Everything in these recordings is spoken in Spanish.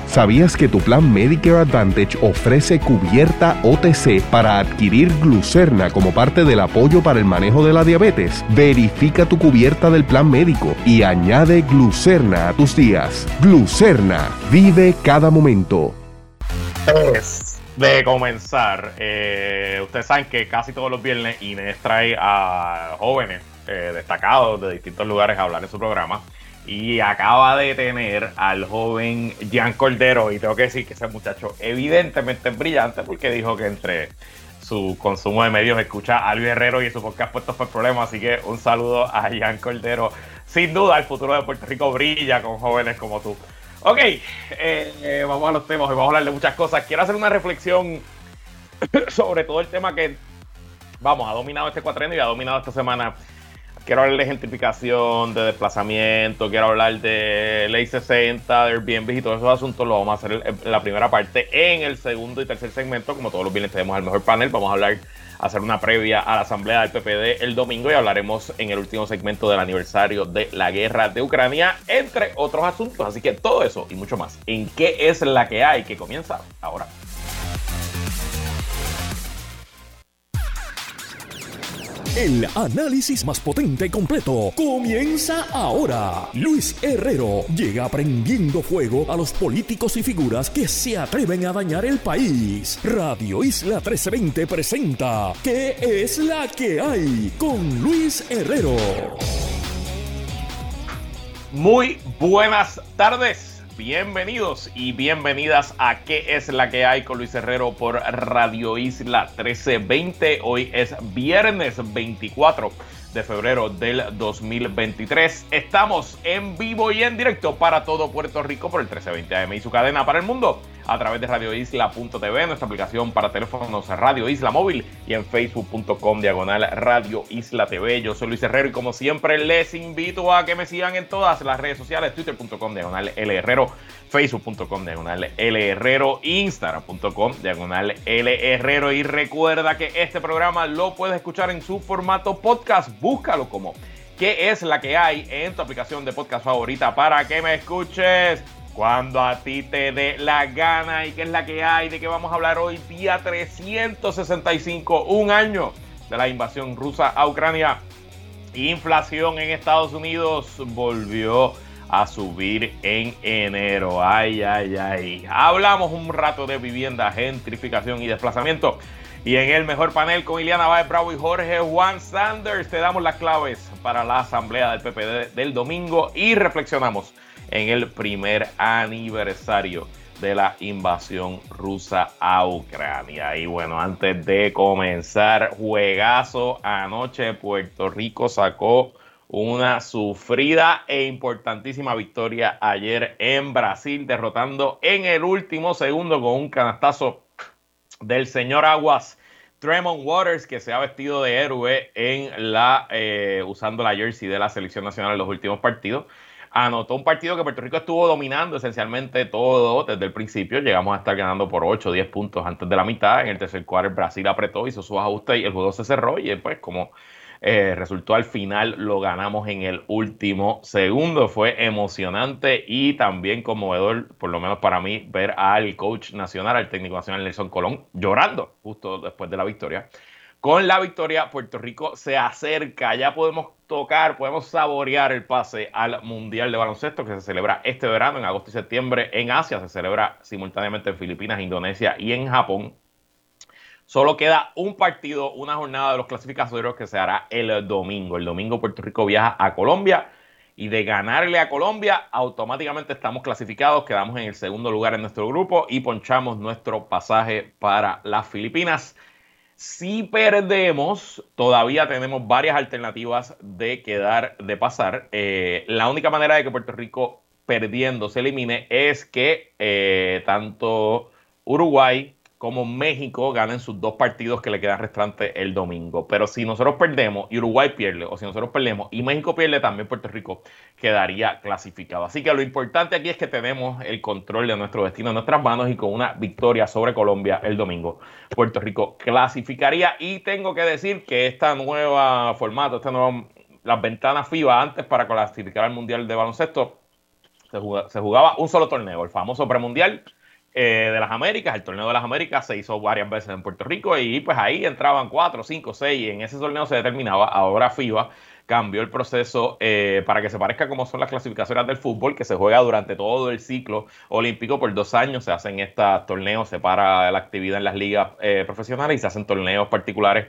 ¿Sabías que tu plan Medicare Advantage ofrece cubierta OTC para adquirir Glucerna como parte del apoyo para el manejo de la diabetes? Verifica tu cubierta del plan médico y añade Glucerna a tus días. Glucerna, vive cada momento. De comenzar, ustedes saben que casi todos los viernes Inés trae a jóvenes destacados de distintos lugares a hablar en su programa, y acaba de tener al joven Jan Cordero, y tengo que decir que ese muchacho evidentemente es brillante, porque dijo que entre su consumo de medios escucha a Luis Herrero y su podcast Puestos por Problemas, así que un saludo a Jan Cordero. Sin duda el futuro de Puerto Rico brilla con jóvenes como tú. Ok, vamos a los temas y vamos a hablar de muchas cosas. Quiero hacer una reflexión sobre todo el tema que, ha dominado este cuatrenio y ha dominado esta semana. Quiero hablar de gentrificación, de desplazamiento, quiero hablar de Ley 60, de Airbnb y todos esos asuntos. Lo vamos a hacer en la primera parte. En el segundo y tercer segmento, como todos los viernes tenemos el mejor panel, vamos a hacer una previa a la asamblea del PPD el domingo, y hablaremos en el último segmento del aniversario de la guerra de Ucrania, entre otros asuntos. Así que todo eso y mucho más en ¿Qué es la que hay?, que comienza ahora. El análisis más potente y completo comienza ahora. Luis Herrero llega prendiendo fuego a los políticos y figuras que se atreven a dañar el país. Radio Isla 1320 presenta ¿Qué es la que hay?, con Luis Herrero. Muy buenas tardes. Bienvenidos y bienvenidas a ¿Qué es la que hay?, con Luis Herrero por Radio Isla 1320. Hoy es viernes 24 de febrero del 2023. Estamos en vivo y en directo para todo Puerto Rico por el 1320 AM y su cadena para el mundo a través de radioisla.tv, nuestra aplicación para teléfonos Radio Isla Móvil, y en facebook.com/Radio Isla TV. Yo soy Luis Herrero y como siempre les invito a que me sigan en todas las redes sociales: twitter.com/LHerrero, facebook.com/LHerrero, instagram.com/LHerrero. Y recuerda que este programa lo puedes escuchar en su formato podcast. Búscalo como ¿Qué es la que hay?, en tu aplicación de podcast favorita para que me escuches cuando a ti te dé la gana. ¿Y qué es la que hay? ¿De qué vamos a hablar hoy? Día 365, un año de la invasión rusa a Ucrania. Inflación en Estados Unidos volvió a subir en enero. Ay. Hablamos un rato de vivienda, gentrificación y desplazamiento. Y en el mejor panel, con Ileana Báez Bravo y Jorge Juan Sanders, te damos las claves para la asamblea del PPD del domingo y reflexionamos en el primer aniversario de la invasión rusa a Ucrania. Y bueno, antes de comenzar, juegazo anoche. Puerto Rico sacó una sufrida e importantísima victoria ayer en Brasil, derrotando en el último segundo con un canastazo del señor Aguas, Tremont Waters, que se ha vestido de héroe usando la jersey de la selección nacional en los últimos partidos. Anotó un partido que Puerto Rico estuvo dominando esencialmente todo desde el principio. Llegamos a estar ganando por 8 o 10 puntos antes de la mitad. En el tercer cuarto Brasil apretó, hizo sus ajustes y el juego se cerró. Y pues como resultó al final, lo ganamos en el último segundo. Fue emocionante y también conmovedor, por lo menos para mí, ver al coach nacional, al técnico nacional Nelson Colón, llorando justo después de la victoria. Con la victoria, Puerto Rico se acerca, ya podemos saborear el pase al Mundial de Baloncesto, que se celebra este verano, en agosto y septiembre en Asia. Se celebra simultáneamente en Filipinas, Indonesia y en Japón. Solo queda un partido, una jornada de los clasificatorios, que se hará el domingo. El domingo Puerto Rico viaja a Colombia, y de ganarle a Colombia, automáticamente estamos clasificados, quedamos en el segundo lugar en nuestro grupo y ponchamos nuestro pasaje para las Filipinas. Si perdemos, todavía tenemos varias alternativas de pasar. La única manera de que Puerto Rico, perdiendo, se elimine es que tanto Uruguay como México ganen sus dos partidos que le quedan restantes el domingo. Pero si nosotros perdemos y Uruguay pierde, o si nosotros perdemos y México pierde, también Puerto Rico quedaría clasificado. Así que lo importante aquí es que tenemos el control de nuestro destino en nuestras manos, y con una victoria sobre Colombia el domingo, Puerto Rico clasificaría. Y tengo que decir que esta nueva formato, las ventanas FIBA antes para clasificar al Mundial de Baloncesto, se jugaba un solo torneo, el famoso premundial de las Américas. El torneo de las Américas se hizo varias veces en Puerto Rico y pues ahí entraban 4, 5, 6 y en ese torneo se determinaba. Ahora FIBA cambió el proceso para que se parezca como son las clasificaciones del fútbol, que se juega durante todo el ciclo olímpico por 2 años. Se hacen estos torneos, se para la actividad en las ligas profesionales y se hacen torneos particulares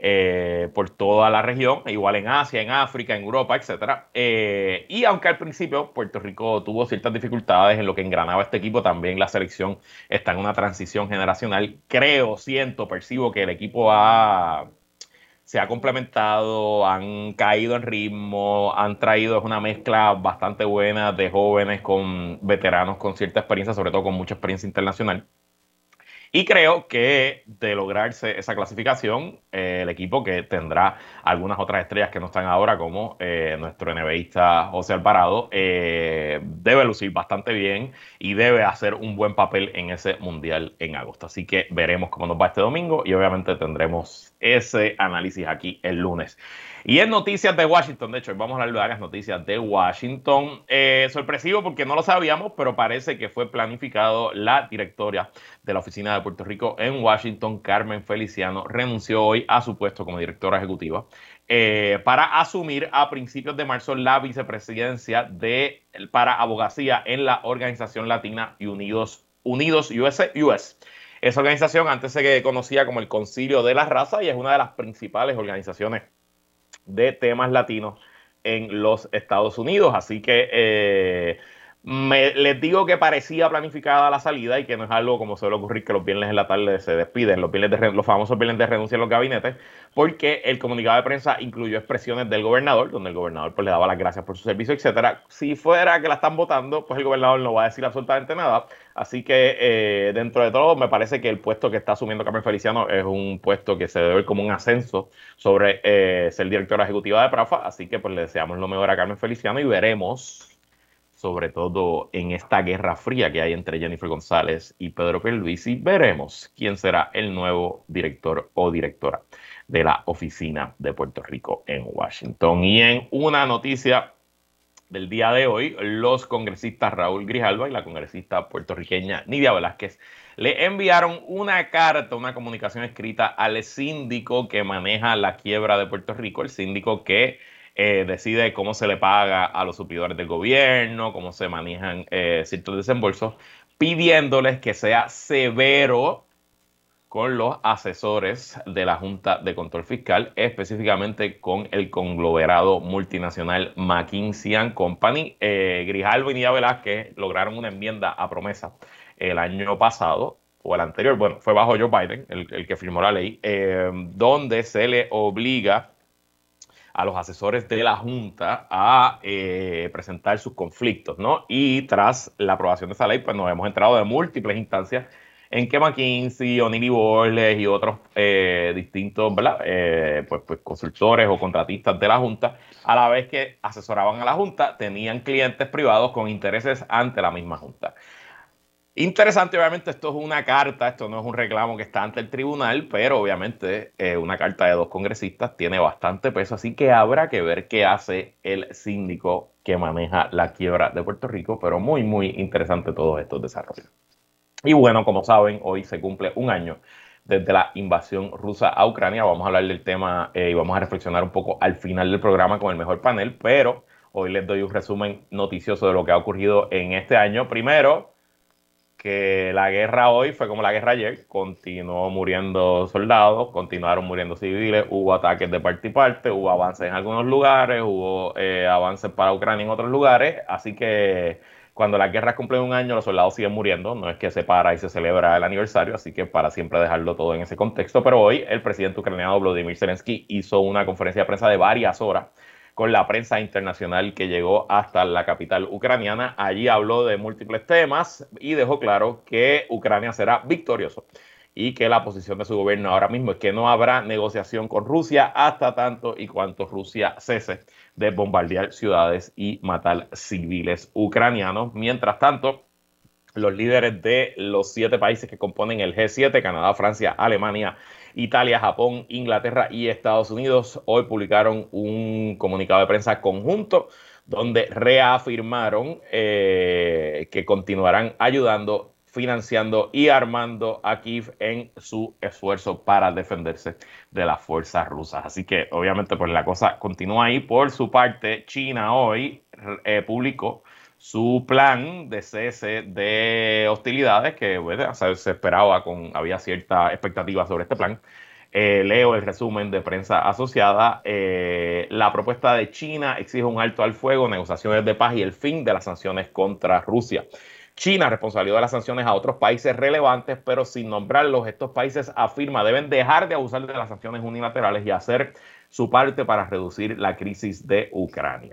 por toda la región, igual en Asia, en África, en Europa, etcétera. Y aunque al principio Puerto Rico tuvo ciertas dificultades en lo que engranaba este equipo, también la selección está en una transición generacional. Percibo que el equipo se ha complementado, han caído en ritmo, han traído una mezcla bastante buena de jóvenes con veteranos con cierta experiencia, sobre todo con mucha experiencia internacional. Y creo que de lograrse esa clasificación, el equipo, que tendrá algunas otras estrellas que no están ahora, como nuestro NBAista José Alvarado, debe lucir bastante bien y debe hacer un buen papel en ese mundial en agosto. Así que veremos cómo nos va este domingo y obviamente tendremos ese análisis aquí el lunes. Y en noticias de Washington, de hecho, hoy vamos a hablar de varias noticias de Washington. Sorpresivo porque no lo sabíamos, pero parece que fue planificado. La directora de la oficina de Puerto Rico en Washington, Carmen Feliciano, renunció hoy a su puesto como directora ejecutiva para asumir a principios de marzo la vicepresidencia para abogacía en la organización latina Unidos USA. Esa organización antes se conocía como el Concilio de la Raza y es una de las principales organizaciones de temas latinos en los Estados Unidos. Así que les digo que parecía planificada la salida y que no es algo como suele ocurrir, que los viernes en la tarde se despiden, los famosos viernes de renuncia en los gabinetes, porque el comunicado de prensa incluyó expresiones del gobernador, donde el gobernador pues le daba las gracias por su servicio, etcétera. Si fuera que la están votando, pues el gobernador no va a decir absolutamente nada. Así que dentro de todo me parece que el puesto que está asumiendo Carmen Feliciano es un puesto que se debe ver como un ascenso sobre ser directora ejecutiva de PRAFA. Así que pues le deseamos lo mejor a Carmen Feliciano y veremos, sobre todo en esta guerra fría que hay entre Jennifer González y Pedro Pierluisi, veremos quién será el nuevo director o directora de la oficina de Puerto Rico en Washington. Y en una noticia del día de hoy, los congresistas Raúl Grijalva y la congresista puertorriqueña Nidia Velázquez le enviaron una carta, una comunicación escrita al síndico que maneja la quiebra de Puerto Rico, el síndico que decide cómo se le paga a los suplidores del gobierno, cómo se manejan ciertos desembolsos, pidiéndoles que sea severo con los asesores de la Junta de Control Fiscal, específicamente con el conglomerado multinacional McKinsey & Company. Grijalva y Nidia Velázquez lograron una enmienda a promesa el año pasado, o el anterior, bueno, fue bajo Joe Biden, el que firmó la ley, donde se le obliga a los asesores de la Junta a presentar sus conflictos, ¿no? Y tras la aprobación de esa ley, pues nos hemos enterado de múltiples instancias en que McKinsey, O'Neill & Borles y otros distintos, ¿verdad? Pues consultores o contratistas de la Junta, a la vez que asesoraban a la Junta, tenían clientes privados con intereses ante la misma Junta. Interesante, obviamente, esto es una carta, esto no es un reclamo que está ante el tribunal, pero obviamente una carta de 2 congresistas tiene bastante peso, así que habrá que ver qué hace el síndico que maneja la quiebra de Puerto Rico, pero muy, muy interesante todos estos desarrollos. Y bueno, como saben, hoy se cumple un año desde la invasión rusa a Ucrania. Vamos a hablar del tema y vamos a reflexionar un poco al final del programa con el mejor panel, pero hoy les doy un resumen noticioso de lo que ha ocurrido en este año. Primero, que la guerra hoy fue como la guerra ayer, continuó muriendo soldados, continuaron muriendo civiles, hubo ataques de parte y parte, hubo avances en algunos lugares, hubo avances para Ucrania en otros lugares, así que cuando las guerras cumplen un año, los soldados siguen muriendo, no es que se para y se celebra el aniversario, así que para siempre dejarlo todo en ese contexto. Pero hoy el presidente ucraniano Volodymyr Zelensky hizo una conferencia de prensa de varias horas con la prensa internacional que llegó hasta la capital ucraniana. Allí habló de múltiples temas y dejó claro que Ucrania será victorioso y que la posición de su gobierno ahora mismo es que no habrá negociación con Rusia hasta tanto y cuanto Rusia cese de bombardear ciudades y matar civiles ucranianos. Mientras tanto, los líderes de los 7 países que componen el G7, Canadá, Francia, Alemania, Italia, Japón, Inglaterra y Estados Unidos, hoy publicaron un comunicado de prensa conjunto donde reafirmaron que continuarán ayudando, financiando y armando a Kiev en su esfuerzo para defenderse de las fuerzas rusas. Así que obviamente pues la cosa continúa ahí. Por su parte, China hoy publicó su plan de cese de hostilidades, que bueno, se esperaba, había cierta expectativa sobre este plan. Leo el resumen de prensa asociada. La propuesta de China exige un alto al fuego, negociaciones de paz y el fin de las sanciones contra Rusia. China responsabilizó las sanciones a otros países relevantes, pero sin nombrarlos. Estos países, afirma, deben dejar de abusar de las sanciones unilaterales y hacer su parte para reducir la crisis de Ucrania.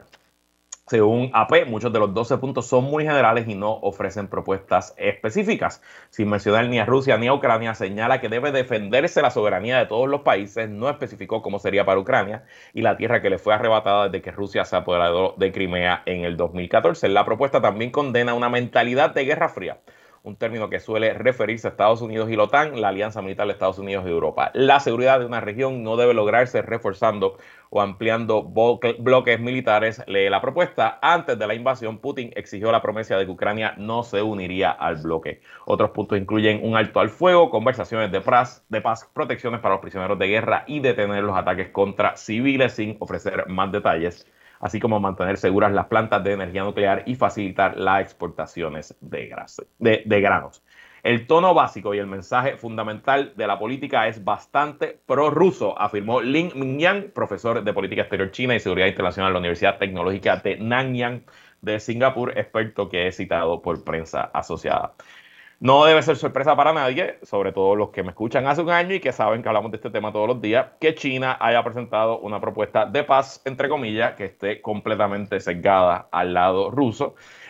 Según AP, muchos de los 12 puntos son muy generales y no ofrecen propuestas específicas. Sin mencionar ni a Rusia ni a Ucrania, señala que debe defenderse la soberanía de todos los países. No especificó cómo sería para Ucrania y la tierra que le fue arrebatada desde que Rusia se apoderó de Crimea en el 2014. La propuesta también condena una mentalidad de guerra fría, un término que suele referirse a Estados Unidos y la OTAN, la alianza militar de Estados Unidos y Europa. La seguridad de una región no debe lograrse reforzando o ampliando bloques militares. Lee la propuesta. Antes de la invasión, Putin exigió la promesa de que Ucrania no se uniría al bloque. Otros puntos incluyen un alto al fuego, conversaciones de paz, protecciones para los prisioneros de guerra y detener los ataques contra civiles, sin ofrecer más detalles, así como mantener seguras las plantas de energía nuclear y facilitar las exportaciones de granos. El tono básico y el mensaje fundamental de la política es bastante prorruso, afirmó Lin Mingyang, profesor de política exterior china y seguridad internacional en la Universidad Tecnológica de Nanyang de Singapur, experto que he citado por prensa asociada. No debe ser sorpresa para nadie, sobre todo los que me escuchan hace un año y que saben que hablamos de este tema todos los días, que China haya presentado una propuesta de paz, entre comillas, que esté completamente sesgada al lado ruso.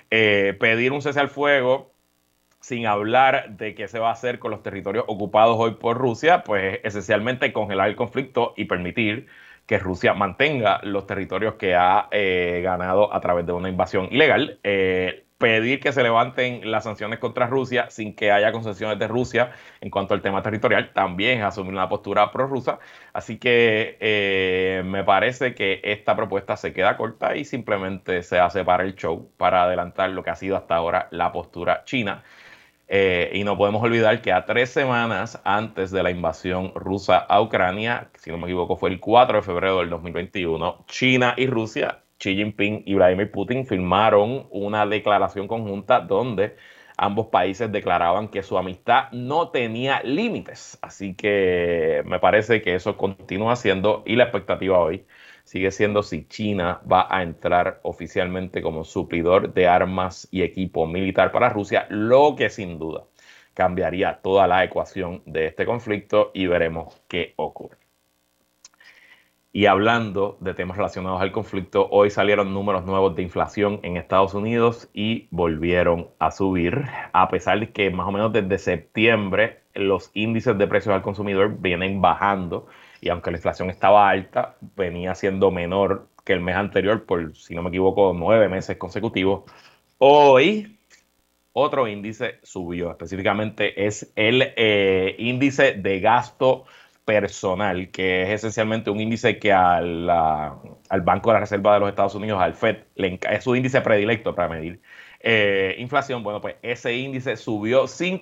Pedir un cese al fuego, sin hablar de qué se va a hacer con los territorios ocupados hoy por Rusia, pues esencialmente congelar el conflicto y permitir que Rusia mantenga los territorios que ha ganado a través de una invasión ilegal. Pedir que se levanten las sanciones contra Rusia sin que haya concesiones de Rusia en cuanto al tema territorial, también es asumir una postura prorrusa. Así que me parece que esta propuesta se queda corta y simplemente se hace para el show, para adelantar lo que ha sido hasta ahora la postura china. Y no podemos olvidar que a 3 semanas antes de la invasión rusa a Ucrania, si no me equivoco fue el 4 de febrero del 2021, China y Rusia, Xi Jinping y Vladimir Putin firmaron una declaración conjunta donde ambos países declaraban que su amistad no tenía límites. Así que me parece que eso continúa siendo, y la expectativa hoy sigue siendo si China va a entrar oficialmente como suplidor de armas y equipo militar para Rusia, lo que sin duda cambiaría toda la ecuación de este conflicto y veremos qué ocurre. Y hablando de temas relacionados al conflicto, hoy salieron números nuevos de inflación en Estados Unidos y volvieron a subir, a pesar de que más o menos desde septiembre los índices de precios al consumidor vienen bajando, y aunque la inflación estaba alta, venía siendo menor que el mes anterior por, si no me equivoco, 9 meses consecutivos. Hoy otro índice subió, específicamente es el índice de gasto personal, que es esencialmente un índice que al Banco de la Reserva de los Estados Unidos, al Fed, es su índice predilecto para medir inflación. Bueno, pues ese índice subió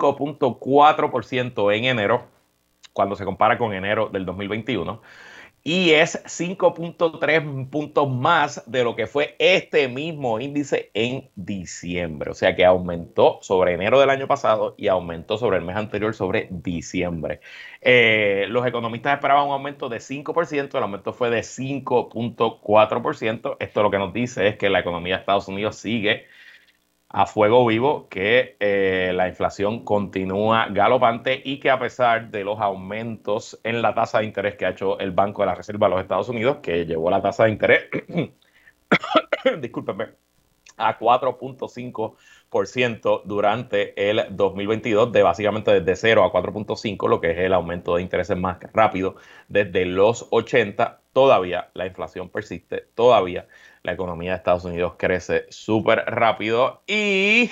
5.4% en enero, cuando se compara con enero del 2021, y es 5.3 puntos más de lo que fue este mismo índice en diciembre. O sea que aumentó sobre enero del año pasado y aumentó sobre el mes anterior, sobre diciembre. Los economistas esperaban un aumento de 5%, el aumento fue de 5.4%. Esto lo que nos dice es que la economía de Estados Unidos sigue a fuego vivo, que la inflación continúa galopante y que a pesar de los aumentos en la tasa de interés que ha hecho el Banco de la Reserva de los Estados Unidos, que llevó la tasa de interés, discúlpenme, a 4.5% durante el 2022, de básicamente desde 0 a 4.5, lo que es el aumento de intereses más rápido desde los 80. Todavía la inflación persiste, todavía la economía de Estados Unidos crece súper rápido y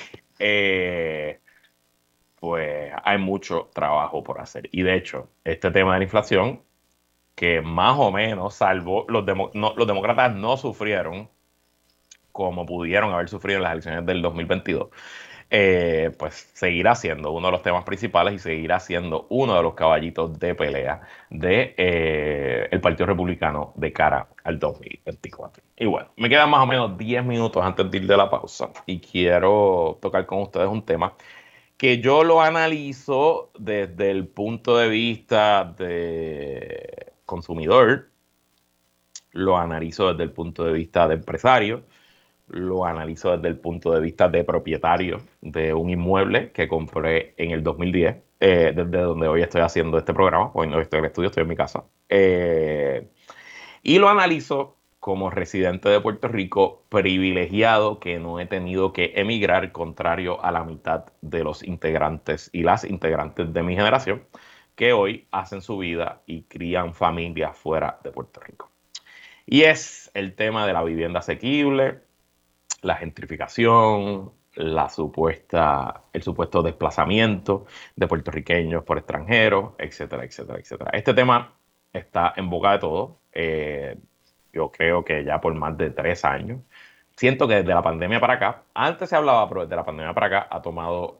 pues hay mucho trabajo por hacer. Y de hecho, este tema de la inflación, que más o menos, salvo los demócratas no sufrieron como pudieron haber sufrido en las elecciones del 2022, pues seguirá siendo uno de los temas principales y seguirá siendo uno de los caballitos de pelea de el Partido Republicano de cara al 2024. Y bueno, me quedan más o menos 10 minutos antes de ir de la pausa y quiero tocar con ustedes un tema que yo lo analizo desde el punto de vista de consumidor, lo analizo desde el punto de vista de empresario, lo analizo desde el punto de vista de propietario de un inmueble que compré en el 2010, desde donde hoy estoy haciendo este programa. Hoy no estoy en el estudio, estoy en mi casa. Y lo analizo como residente de Puerto Rico privilegiado, que no he tenido que emigrar, contrario a la mitad de los integrantes y las integrantes de mi generación, que hoy hacen su vida y crían familias fuera de Puerto Rico. Y es el tema de la vivienda asequible, la gentrificación, el supuesto desplazamiento de puertorriqueños por extranjeros, etcétera, etcétera, etcétera. Este tema está en boca de todos. Yo creo que ya por más de 3 años. Siento que desde la pandemia para acá, antes se hablaba, pero desde la pandemia para acá ha tomado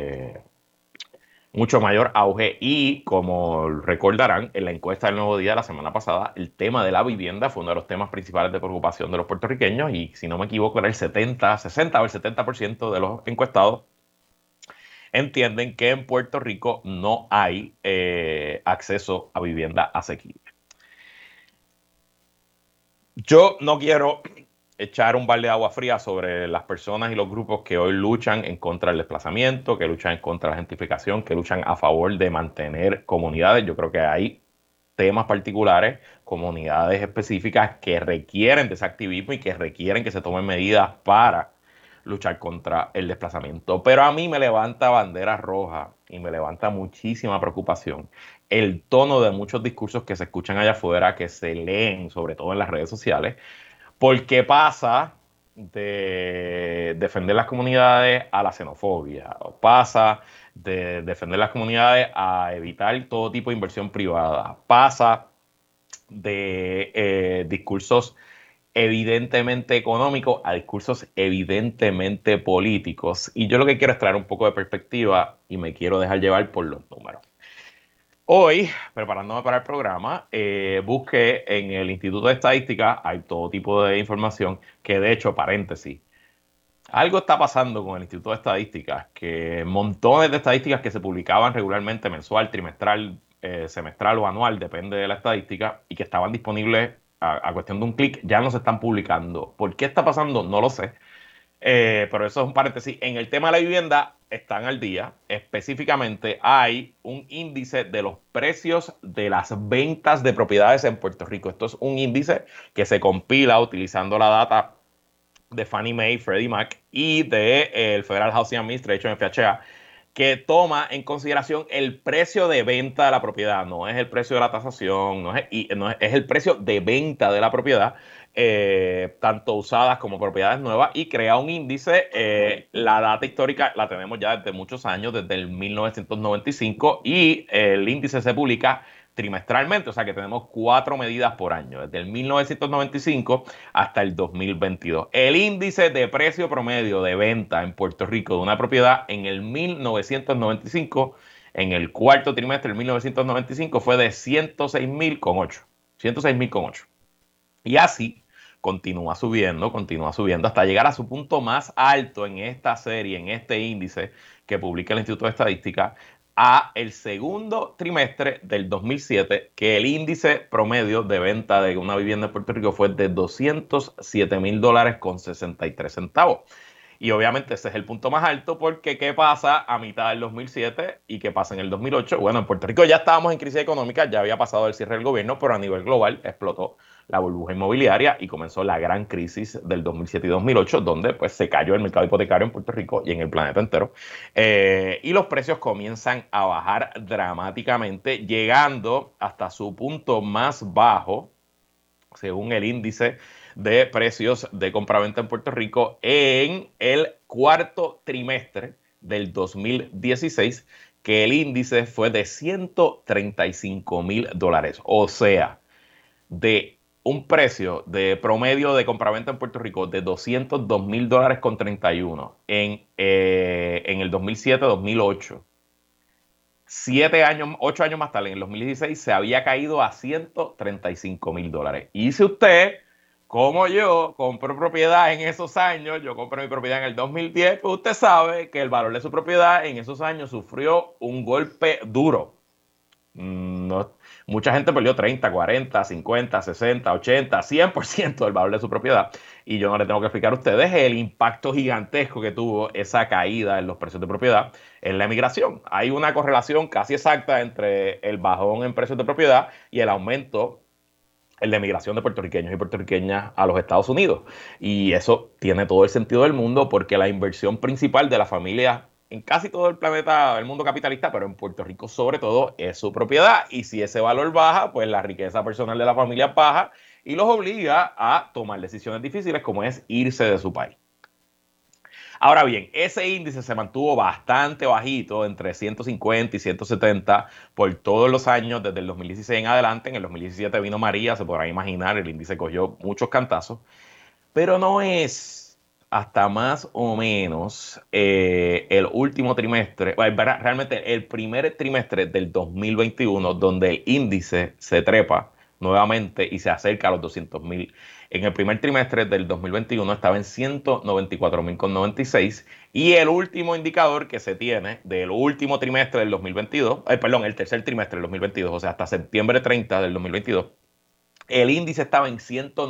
mucho mayor auge. Y como recordarán, en la encuesta del Nuevo Día de la semana pasada, el tema de la vivienda fue uno de los temas principales de preocupación de los puertorriqueños, y si no me equivoco era el 60 o el 70% de los encuestados entienden que en Puerto Rico no hay acceso a vivienda asequible. Yo no quiero echar un balde de agua fría sobre las personas y los grupos que hoy luchan en contra del desplazamiento, que luchan en contra de la gentrificación, que luchan a favor de mantener comunidades. Yo creo que hay temas particulares, comunidades específicas que requieren de ese activismo y que requieren que se tomen medidas para luchar contra el desplazamiento. Pero a mí me levanta bandera roja y me levanta muchísima preocupación el tono de muchos discursos que se escuchan allá afuera, que se leen sobre todo en las redes sociales, porque pasa de defender las comunidades a la xenofobia, o pasa de defender las comunidades a evitar todo tipo de inversión privada, pasa de discursos evidentemente económicos a discursos evidentemente políticos. Y yo lo que quiero es traer un poco de perspectiva y me quiero dejar llevar por los números. Hoy, preparándome para el programa, busqué en el Instituto de Estadística, hay todo tipo de información, que de hecho, paréntesis, algo está pasando con el Instituto de Estadística, que montones de estadísticas que se publicaban regularmente, mensual, trimestral, semestral o anual, depende de la estadística, y que estaban disponibles a cuestión de un clic, ya no se están publicando. ¿Por qué está pasando? No lo sé. Pero eso es un paréntesis. En el tema de la vivienda están al día. Específicamente hay un índice de los precios de las ventas de propiedades en Puerto Rico. Esto es un índice que se compila utilizando la data de Fannie Mae, Freddie Mac y del Federal Housing Administration, FHA, que toma en consideración el precio de venta de la propiedad. No es el precio de la tasación, es el precio de venta de la propiedad, tanto usadas como propiedades nuevas, y crea un índice. La data histórica la tenemos ya desde muchos años, desde el 1995, y el índice se publica trimestralmente, o sea que tenemos 4 medidas por año, desde el 1995 hasta el 2022. El índice de precio promedio de venta en Puerto Rico de una propiedad en el 1995, en el cuarto trimestre del 1995, fue de 106.000,8. 106.008. Y así continúa subiendo hasta llegar a su punto más alto en esta serie, en este índice que publica el Instituto de Estadística, a el segundo trimestre del 2007, que el índice promedio de venta de una vivienda en Puerto Rico fue de $207,63. Y obviamente ese es el punto más alto, porque ¿qué pasa a mitad del 2007 y qué pasa en el 2008? Bueno, en Puerto Rico ya estábamos en crisis económica, ya había pasado el cierre del gobierno, pero a nivel global explotó la burbuja inmobiliaria y comenzó la gran crisis del 2007 y 2008, donde pues se cayó el mercado hipotecario en Puerto Rico y en el planeta entero. Y los precios comienzan a bajar dramáticamente, llegando hasta su punto más bajo, según el índice de precios de compraventa en Puerto Rico, en el cuarto trimestre del 2016, que el índice fue de $135,000. O sea, de un precio de promedio de compraventa en Puerto Rico de $202,000.31 en el 2007-2008. 8 años más tarde, en el 2016, se había caído a $135,000. Y si usted, como yo, compró propiedad en esos años, yo compré mi propiedad en el 2010, pues usted sabe que el valor de su propiedad en esos años sufrió un golpe duro. Mucha gente perdió 30, 40, 50, 60, 80, 100% del valor de su propiedad. Y yo no le tengo que explicar a ustedes el impacto gigantesco que tuvo esa caída en los precios de propiedad en la emigración. Hay una correlación casi exacta entre el bajón en precios de propiedad y el aumento en la emigración de puertorriqueños y puertorriqueñas a los Estados Unidos. Y eso tiene todo el sentido del mundo, porque la inversión principal de la familia en casi todo el planeta, el mundo capitalista, pero en Puerto Rico sobre todo, es su propiedad. Y si ese valor baja, pues la riqueza personal de la familia baja y los obliga a tomar decisiones difíciles, como es irse de su país. Ahora bien, ese índice se mantuvo bastante bajito, entre 150 y 170 por todos los años, desde el 2016 en adelante. En el 2017 vino María, se podrán imaginar, el índice cogió muchos cantazos, pero no es hasta más o menos el último trimestre, realmente el primer trimestre del 2021, donde el índice se trepa nuevamente y se acerca a los 200,000. En el primer trimestre del 2021 estaba en 194,096 y el último indicador que se tiene del último trimestre del 2022, el tercer trimestre del 2022, o sea, hasta septiembre 30 del 2022, el índice estaba en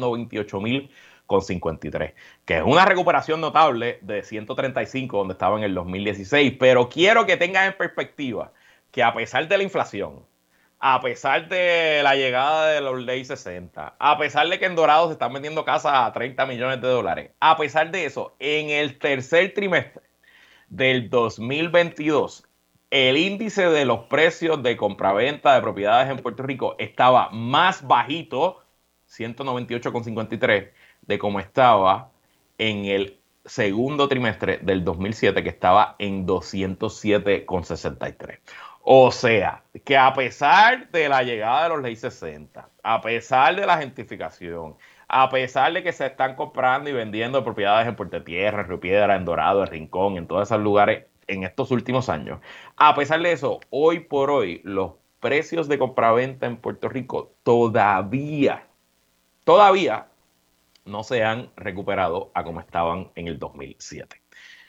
198,053, que es una recuperación notable de 135 donde estaba en el 2016, pero quiero que tengan en perspectiva que a pesar de la inflación, a pesar de la llegada de los Ley 60, a pesar de que en Dorado se están vendiendo casas a $30 millones, a pesar de eso, en el tercer trimestre del 2022, el índice de los precios de compraventa de propiedades en Puerto Rico estaba más bajito, 198,53, de como estaba en el segundo trimestre del 2007, que estaba en 207,63. O sea, que a pesar de la llegada de los Ley 60, a pesar de la gentrificación, a pesar de que se están comprando y vendiendo propiedades en Puerto Tierra, en Río Piedra, en Dorado, en Rincón, en todos esos lugares en estos últimos años, a pesar de eso, hoy por hoy, los precios de compraventa en Puerto Rico todavía no se han recuperado a como estaban en el 2007.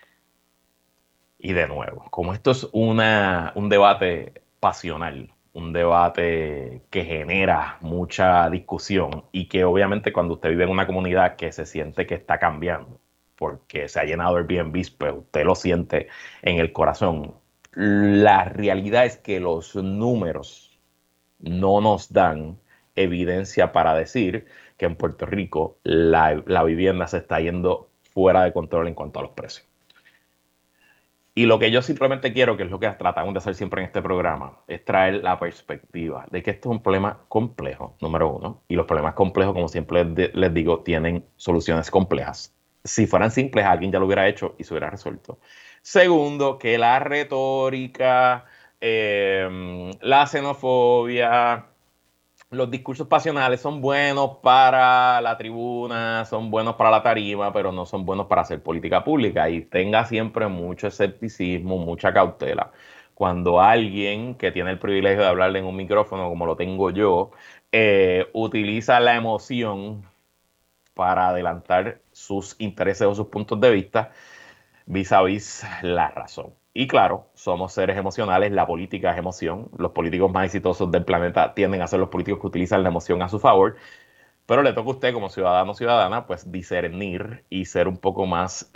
Y de nuevo, como esto es un debate pasional, un debate que genera mucha discusión y que obviamente cuando usted vive en una comunidad que se siente que está cambiando porque se ha llenado Airbnb, pues usted lo siente en el corazón. La realidad es que los números no nos dan evidencia para decir que en Puerto Rico la vivienda se está yendo fuera de control en cuanto a los precios. Y lo que yo simplemente quiero, que es lo que tratamos de hacer siempre en este programa, es traer la perspectiva de que esto es un problema complejo, número uno. Y los problemas complejos, como siempre les digo, tienen soluciones complejas. Si fueran simples, alguien ya lo hubiera hecho y se hubiera resuelto. Segundo, que la retórica, la xenofobia, los discursos pasionales son buenos para la tribuna, son buenos para la tarima, pero no son buenos para hacer política pública. Y tenga siempre mucho escepticismo, mucha cautela. Cuando alguien que tiene el privilegio de hablarle en un micrófono, como lo tengo yo, utiliza la emoción para adelantar sus intereses o sus puntos de vista vis a vis la razón. Y claro, somos seres emocionales, la política es emoción. Los políticos más exitosos del planeta tienden a ser los políticos que utilizan la emoción a su favor, pero le toca a usted como ciudadano o ciudadana pues discernir y ser un poco más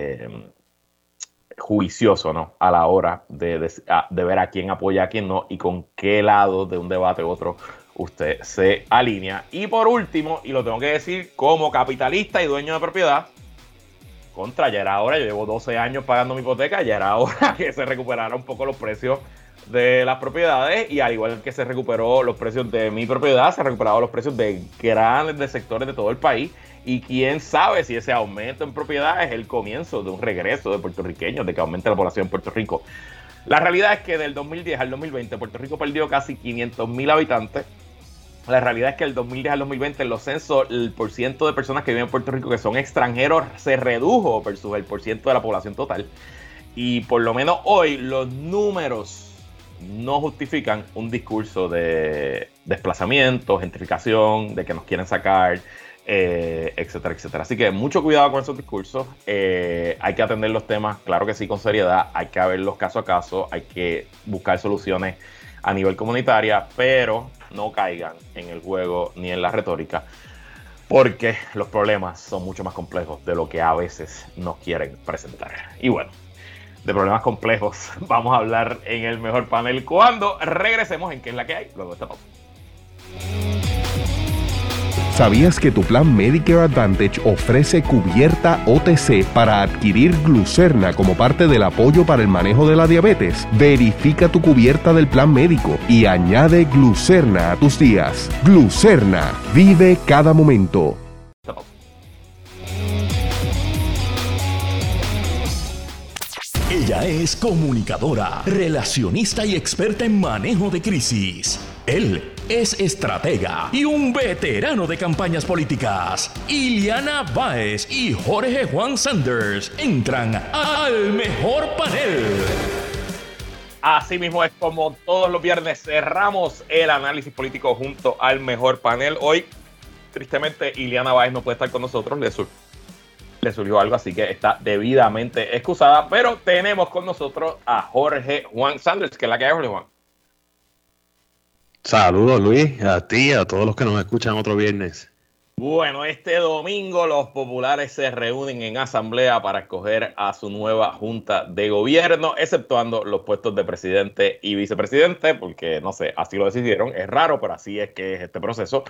juicioso, ¿no? A la hora de ver a quién apoya, a quién no y con qué lado de un debate u otro usted se alinea. Y por último, y lo tengo que decir como capitalista y dueño de propiedad, ya era hora, yo llevo 12 años pagando mi hipoteca, ya era hora que se recuperaran un poco los precios de las propiedades y al igual que se recuperó los precios de mi propiedad, se han recuperado los precios de grandes sectores de todo el país y quién sabe si ese aumento en propiedad es el comienzo de un regreso de puertorriqueños, de que aumente la población en Puerto Rico. La realidad es que del 2010 al 2020 Puerto Rico perdió casi 500,000 habitantes La realidad es que el 2010 al 2020 en los censos el porciento de personas que viven en Puerto Rico que son extranjeros se redujo versus el porciento de la población total. Y por lo menos hoy los números no justifican un discurso de desplazamiento, gentrificación, de que nos quieren sacar, etcétera, etcétera. Así que mucho cuidado con esos discursos. Hay que atender los temas, claro que sí, con seriedad. Hay que verlos caso a caso. Hay que buscar soluciones a nivel comunitaria, pero no caigan en el juego ni en la retórica, porque los problemas son mucho más complejos de lo que a veces nos quieren presentar. Y bueno, de problemas complejos vamos a hablar en el mejor panel cuando regresemos en ¿Qué es la que hay? Luego de esta pausa. ¿Sabías que tu plan Medicare Advantage ofrece cubierta OTC para adquirir Glucerna como parte del apoyo para el manejo de la diabetes? Verifica tu cubierta del plan médico y añade Glucerna a tus días. Glucerna, vive cada momento. Ella es comunicadora, relacionista y experta en manejo de crisis. Él es estratega y un veterano de campañas políticas. Iliana Báez y Jorge Juan Sanders entran al mejor panel. Así mismo es como todos los viernes cerramos el análisis político junto al mejor panel. Hoy, tristemente, Iliana Báez no puede estar con nosotros. Le surgió algo, así que está debidamente excusada. Pero tenemos con nosotros a Jorge Juan Sanders, que es la que hay, Jorge Juan. Saludos, Luis, a ti y a todos los que nos escuchan otro viernes. Bueno, este domingo los populares se reúnen en asamblea para escoger a su nueva junta de gobierno, exceptuando los puestos de presidente y vicepresidente, porque no sé, así lo decidieron. Es raro, pero así es que es este proceso.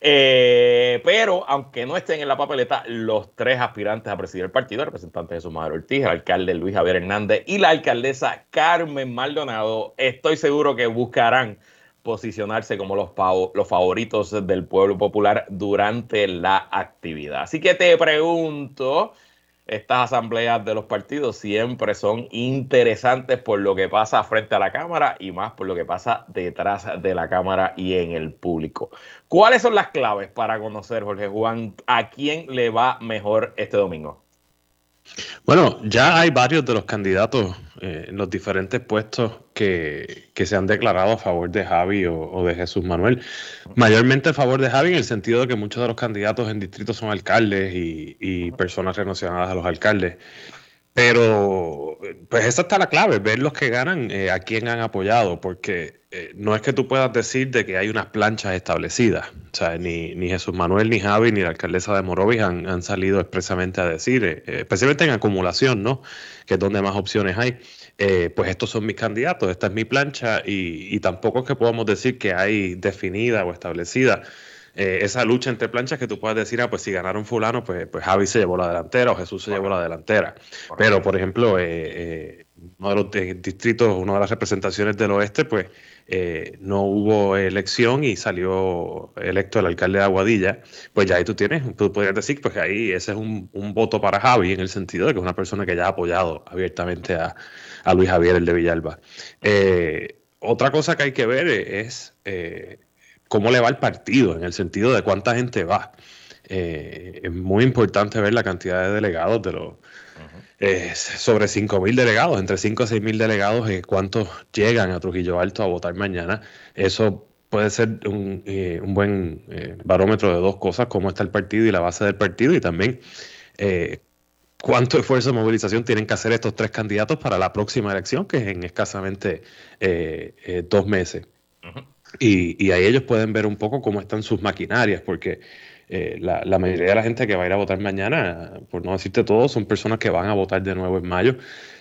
Pero aunque no estén en la papeleta, los tres aspirantes a presidir el partido, el representante Jesús Madero Ortiz, el alcalde Luis Javier Hernández y la alcaldesa Carmen Maldonado, estoy seguro que buscarán posicionarse como los favoritos del pueblo popular durante la actividad. Así que te pregunto, estas asambleas de los partidos siempre son interesantes por lo que pasa frente a la cámara y más por lo que pasa detrás de la cámara y en el público. ¿Cuáles son las claves para conocer, Jorge Juan, a quién le va mejor este domingo? Bueno, ya hay varios de los candidatos en los diferentes puestos que se han declarado a favor de Javi o de Jesús Manuel. Mayormente a favor de Javi en el sentido de que muchos de los candidatos en distritos son alcaldes y personas relacionadas a los alcaldes. Pero pues esa está la clave, ver los que ganan, a quién han apoyado, porque no es que tú puedas decir de que hay unas planchas establecidas. O sea, ni Jesús Manuel, ni Javi, ni la alcaldesa de Morovis han salido expresamente a decir, especialmente en acumulación, ¿no? Que es donde más opciones hay. Pues estos son mis candidatos, esta es mi plancha, y tampoco es que podamos decir que hay definida o establecida esa lucha entre planchas que tú puedas decir, pues si ganaron fulano, pues Javi se llevó la delantera o Jesús se llevó la delantera. Pero, por ejemplo, uno de los distritos, una de las representaciones del oeste, pues no hubo elección y salió electo el alcalde de Aguadilla. Pues ya ahí tú podrías decir, pues ahí ese es un voto para Javi, en el sentido de que es una persona que ya ha apoyado abiertamente a Luis Javier, el de Villalba. Otra cosa que hay que ver es cómo le va el partido, en el sentido de cuánta gente va. Es muy importante ver la cantidad de delegados, sobre 5,000 delegados, entre 5 a 6,000 delegados, cuántos llegan a Trujillo Alto a votar mañana. Eso puede ser un buen barómetro de dos cosas: cómo está el partido y la base del partido, y también cuánto esfuerzo de movilización tienen que hacer estos tres candidatos para la próxima elección, que es en escasamente 2 meses. Y ahí ellos pueden ver un poco cómo están sus maquinarias, porque la mayoría de la gente que va a ir a votar mañana, por no decirte todo, son personas que van a votar de nuevo en mayo.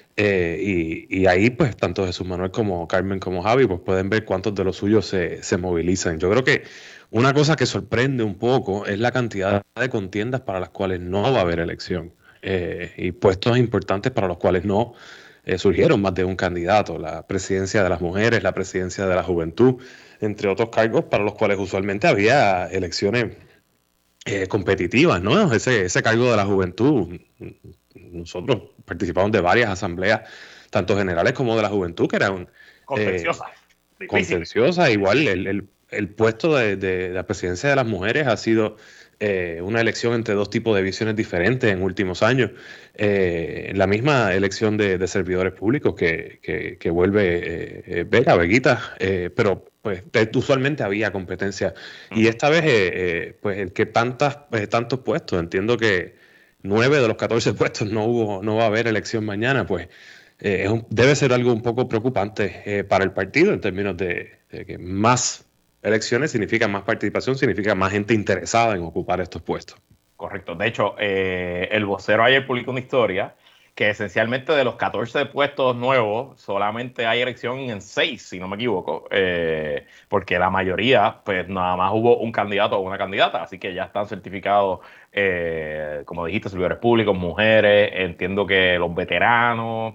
Y ahí, pues, tanto Jesús Manuel como Carmen como Javi, pues pueden ver cuántos de los suyos se movilizan. Yo creo que una cosa que sorprende un poco es la cantidad de contiendas para las cuales no va a haber elección. Y puestos importantes para los cuales no surgieron más de un candidato: la presidencia de las mujeres, la presidencia de la juventud, entre otros cargos para los cuales usualmente había elecciones competitivas, ¿no? Ese cargo de la juventud, nosotros participamos de varias asambleas, tanto generales como de la juventud, que eran contenciosas. Contenciosa. Igual el puesto de la presidencia de las mujeres ha sido una elección entre dos tipos de visiones diferentes en últimos años. La misma elección de servidores públicos que vuelve Veguita, pero pues usualmente había competencia. Y esta vez, pues el que tantos puestos, entiendo que 9 de los 14 puestos no va a haber elección mañana, pues debe ser algo un poco preocupante para el partido en términos de que más elecciones significa más participación, significa más gente interesada en ocupar estos puestos. Correcto. De hecho, el vocero ayer publicó una historia que esencialmente de los 14 puestos nuevos solamente hay elección en 6, si no me equivoco, porque la mayoría, pues nada más hubo un candidato o una candidata, así que ya están certificados, como dijiste, servidores públicos, mujeres, entiendo que los veteranos,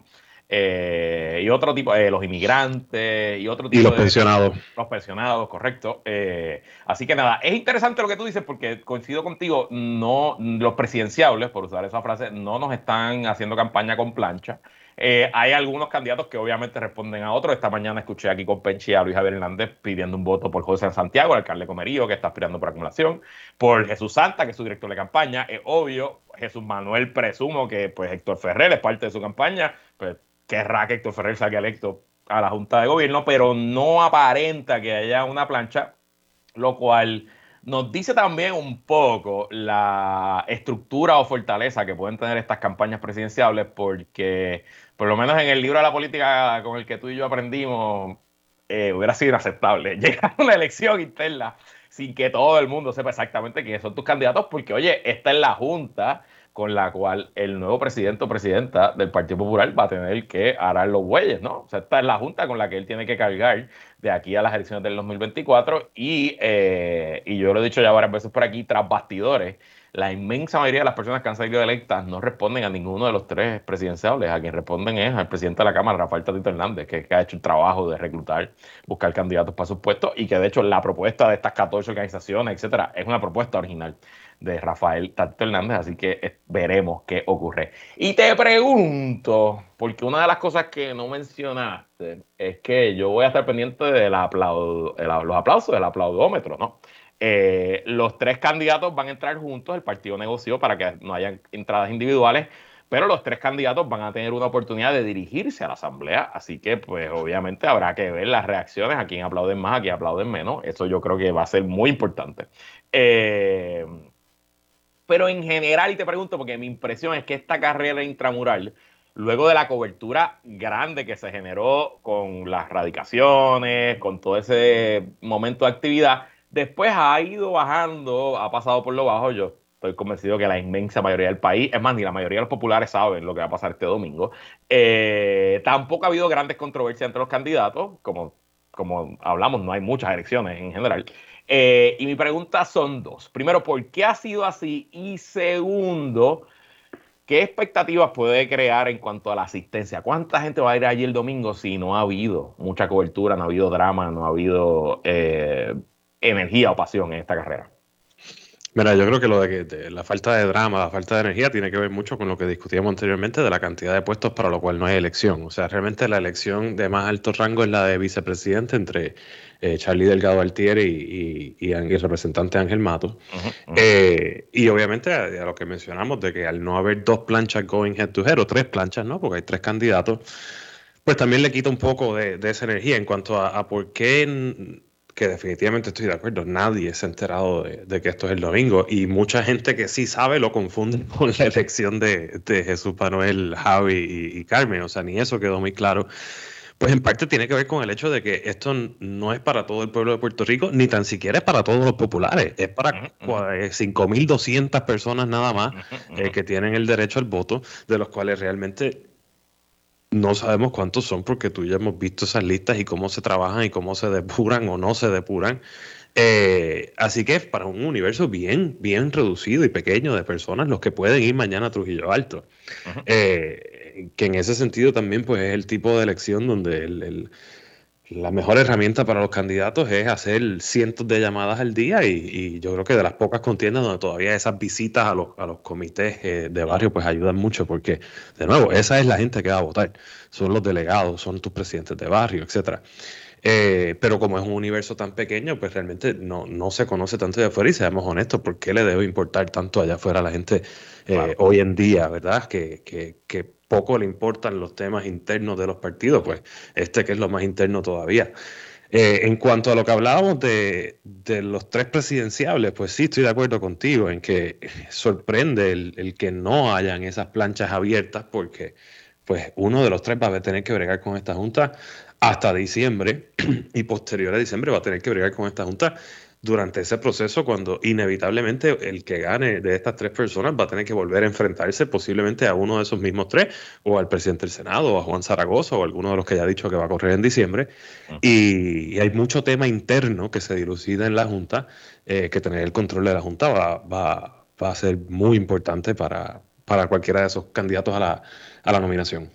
y otro tipo, los inmigrantes y otro tipo y los pensionados. Los pensionados, correcto. Así que nada, es interesante lo que tú dices porque coincido contigo, no, los presidenciables, por usar esa frase, no nos están haciendo campaña con plancha. Hay algunos candidatos que obviamente responden a otros. Esta mañana escuché aquí con Penchi a Luis Javier Hernández pidiendo un voto por José Santiago, el alcalde Comerío, que está aspirando por acumulación, por Jesús Santa, que es su director de campaña. Es obvio, Jesús Manuel presumo que pues Héctor Ferrer es parte de su campaña, pues querrá que Héctor Ferrer salga electo a la Junta de Gobierno, pero no aparenta que haya una plancha, lo cual nos dice también un poco la estructura o fortaleza que pueden tener estas campañas presidenciales, porque por lo menos en el libro de la política con el que tú y yo aprendimos, hubiera sido inaceptable llegar a una elección interna sin que todo el mundo sepa exactamente quiénes son tus candidatos, porque oye, esta es la Junta con la cual el nuevo presidente o presidenta del Partido Popular va a tener que arar los bueyes, ¿no? O sea, esta es la junta con la que él tiene que cargar de aquí a las elecciones del 2024 y yo lo he dicho ya varias veces por aquí, tras bastidores, la inmensa mayoría de las personas que han salido electas no responden a ninguno de los 3 presidenciables. A quien responden es al presidente de la Cámara, Rafael Tatito Hernández, que ha hecho el trabajo de reclutar, buscar candidatos para sus puestos y que de hecho la propuesta de estas 14 organizaciones, etcétera, es una propuesta original de Rafael Tatito Hernández, así que veremos qué ocurre. Y te pregunto, porque una de las cosas que no mencionaste es que yo voy a estar pendiente de los aplausos del aplaudómetro, ¿no? Los 3 candidatos van a entrar juntos, el partido negoció para que no haya entradas individuales, pero los 3 candidatos van a tener una oportunidad de dirigirse a la asamblea, así que pues obviamente habrá que ver las reacciones, a quién aplauden más, a quién aplauden menos, eso yo creo que va a ser muy importante. Pero en general, y te pregunto, porque mi impresión es que esta carrera intramural, luego de la cobertura grande que se generó con las radicaciones, con todo ese momento de actividad, después ha ido bajando, ha pasado por lo bajo. Yo estoy convencido que la inmensa mayoría del país, es más, ni la mayoría de los populares saben lo que va a pasar este domingo. Tampoco ha habido grandes controversias entre los candidatos, como hablamos, no hay muchas elecciones en general. Y mi pregunta son 2. Primero, ¿por qué ha sido así? Y segundo, ¿qué expectativas puede crear en cuanto a la asistencia? ¿Cuánta gente va a ir allí el domingo si no ha habido mucha cobertura, no ha habido drama, no ha habido energía o pasión en esta carrera? Mira, yo creo que lo de la falta de drama, la falta de energía tiene que ver mucho con lo que discutíamos anteriormente de la cantidad de puestos para lo cual no hay elección. O sea, realmente la elección de más alto rango es la de vicepresidente entre Charlie Delgado Altieri y el representante Ángel Matos. Y obviamente a lo que mencionamos de que al no haber 2 planchas going head to head, o 3 planchas, ¿no? Porque hay 3 candidatos, pues también le quita un poco de esa energía en cuanto a por qué... que definitivamente estoy de acuerdo, nadie se ha enterado de que esto es el domingo y mucha gente que sí sabe lo confunde con la elección de Jesús Manuel, Javi y Carmen, o sea, ni eso quedó muy claro. Pues en parte tiene que ver con el hecho de que esto no es para todo el pueblo de Puerto Rico, ni tan siquiera es para todos los populares, es para 5.200 personas nada más que tienen el derecho al voto, de los cuales realmente... no sabemos cuántos son porque tú ya hemos visto esas listas y cómo se trabajan y cómo se depuran o no se depuran. Así que es para un universo bien reducido y pequeño de personas los que pueden ir mañana a Trujillo Alto. Que en ese sentido también pues es el tipo de elección donde la mejor herramienta para los candidatos es hacer cientos de llamadas al día y yo creo que de las pocas contiendas donde todavía esas visitas a los comités de barrio pues ayudan mucho porque, de nuevo, esa es la gente que va a votar. Son los delegados, son tus presidentes de barrio, etcétera. Pero como es un universo tan pequeño, pues realmente no se conoce tanto de afuera y seamos honestos, ¿por qué le debe importar tanto allá afuera a la gente Claro. hoy en día, verdad? Que poco le importan los temas internos de los partidos, pues que es lo más interno todavía. En cuanto a lo que hablábamos de los tres presidenciables, pues sí, estoy de acuerdo contigo en que sorprende el que no hayan esas planchas abiertas, porque pues uno de los tres va a tener que bregar con esta junta hasta diciembre y posterior a diciembre va a tener que bregar con esta junta durante ese proceso, cuando inevitablemente el que gane de estas tres personas va a tener que volver a enfrentarse posiblemente a uno de esos mismos tres, o al presidente del Senado, o a Juan Zaragoza, o a alguno de los que ya ha dicho que va a correr en diciembre. Y hay mucho tema interno que se dilucida en la Junta, que tener el control de la Junta va a ser muy importante para cualquiera de esos candidatos a la nominación.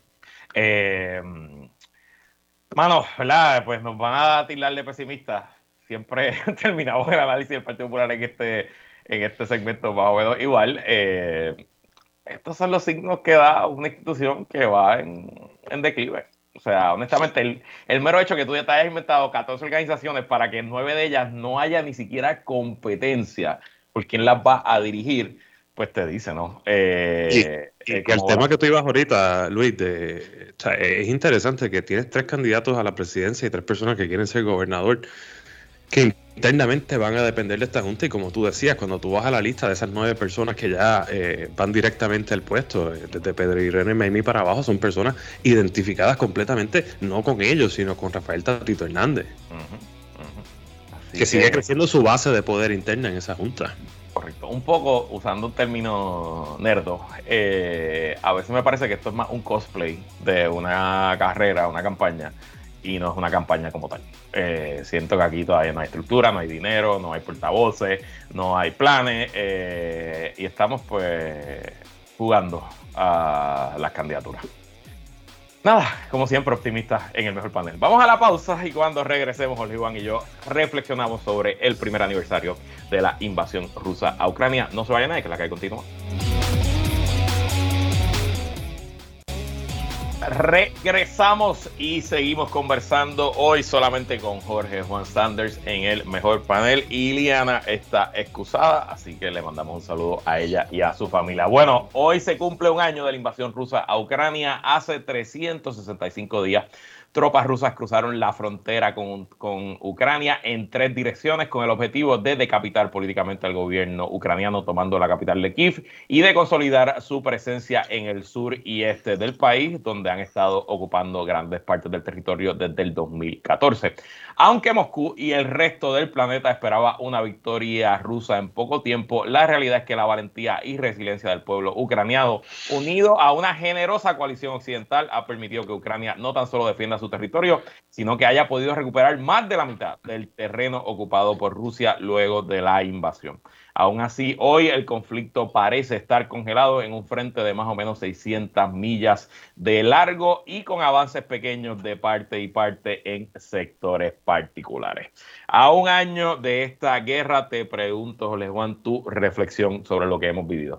Mano, ¿verdad? Pues nos van a tildar de pesimistas. Siempre terminamos el análisis del Partido Popular en este segmento más o menos igual. Estos son los signos que da una institución que va en declive. O sea, honestamente, el mero hecho que tú ya te hayas inventado 14 organizaciones para que en 9 de ellas no haya ni siquiera competencia por quién las va a dirigir, pues te dice, ¿no? Y que el tema que tú ibas ahorita, Luis, o sea, es interesante que tienes 3 candidatos a la presidencia y 3 personas que quieren ser gobernador, que internamente van a depender de esta junta, y como tú decías, cuando tú vas a la lista de esas 9 personas que ya van directamente al puesto, desde Pedro Irene Maimí para abajo, son personas identificadas completamente, no con ellos, sino con Rafael Tatito Hernández, que sigue creciendo su base de poder interna en esa junta. Correcto. Un poco, usando un término nerdo, a veces me parece que esto es más un cosplay de una carrera, una campaña, y no es una campaña como tal. Siento que aquí todavía no hay estructura, no hay dinero, no hay portavoces, no hay planes, y estamos pues jugando a las candidaturas. Nada, como siempre, optimistas en el mejor panel. Vamos a la pausa y cuando regresemos, Jorge Iván y yo reflexionamos sobre el primer aniversario de la invasión rusa a Ucrania. No se vayan nadie, que la calle continúa. Regresamos y seguimos conversando hoy solamente con Jorge Juan Sanders en el mejor panel. Iliana está excusada, así que le mandamos un saludo a ella y a su familia. Bueno, hoy se cumple un año de la invasión rusa a Ucrania. Hace 365 días, tropas rusas cruzaron la frontera con Ucrania en 3 direcciones con el objetivo de decapitar políticamente al gobierno ucraniano, tomando la capital de Kiev, y de consolidar su presencia en el sur y este del país, donde han estado ocupando grandes partes del territorio desde el 2014. Aunque Moscú y el resto del planeta esperaba una victoria rusa en poco tiempo, la realidad es que la valentía y resiliencia del pueblo ucraniano, unido a una generosa coalición occidental, ha permitido que Ucrania no tan solo defienda su territorio, sino que haya podido recuperar más de la mitad del terreno ocupado por Rusia luego de la invasión. Aún así, hoy el conflicto parece estar congelado en un frente de más o menos 600 millas de largo y con avances pequeños de parte y parte en sectores particulares. A un año de esta guerra, te pregunto, Jorge Juan, tu reflexión sobre lo que hemos vivido.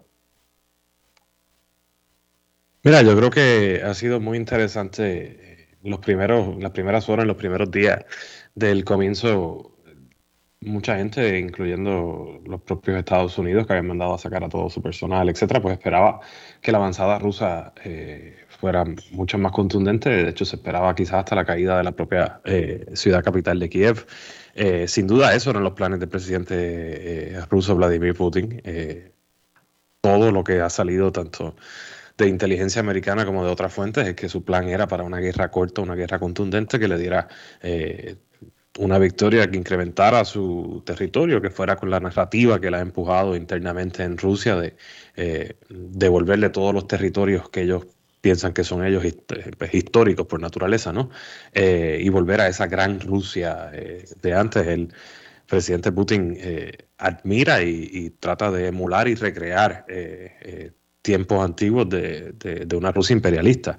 Mira, yo creo que ha sido muy interesante las primeras horas, los primeros días del comienzo. Mucha gente, incluyendo los propios Estados Unidos, que habían mandado a sacar a todo su personal, etcétera, pues esperaba que la avanzada rusa fuera mucho más contundente. De hecho, se esperaba quizás hasta la caída de la propia ciudad capital de Kiev. Sin duda, eso eran los planes del presidente ruso Vladimir Putin. Todo lo que ha salido tanto de inteligencia americana como de otras fuentes es que su plan era para una guerra corta, una guerra contundente que le diera una victoria que incrementara su territorio, que fuera con la narrativa que la ha empujado internamente en Rusia de devolverle todos los territorios que ellos piensan que son ellos históricos por naturaleza, ¿no? Y volver a esa gran Rusia de antes. El presidente Putin admira y trata de emular y recrear tiempos antiguos de una Rusia imperialista.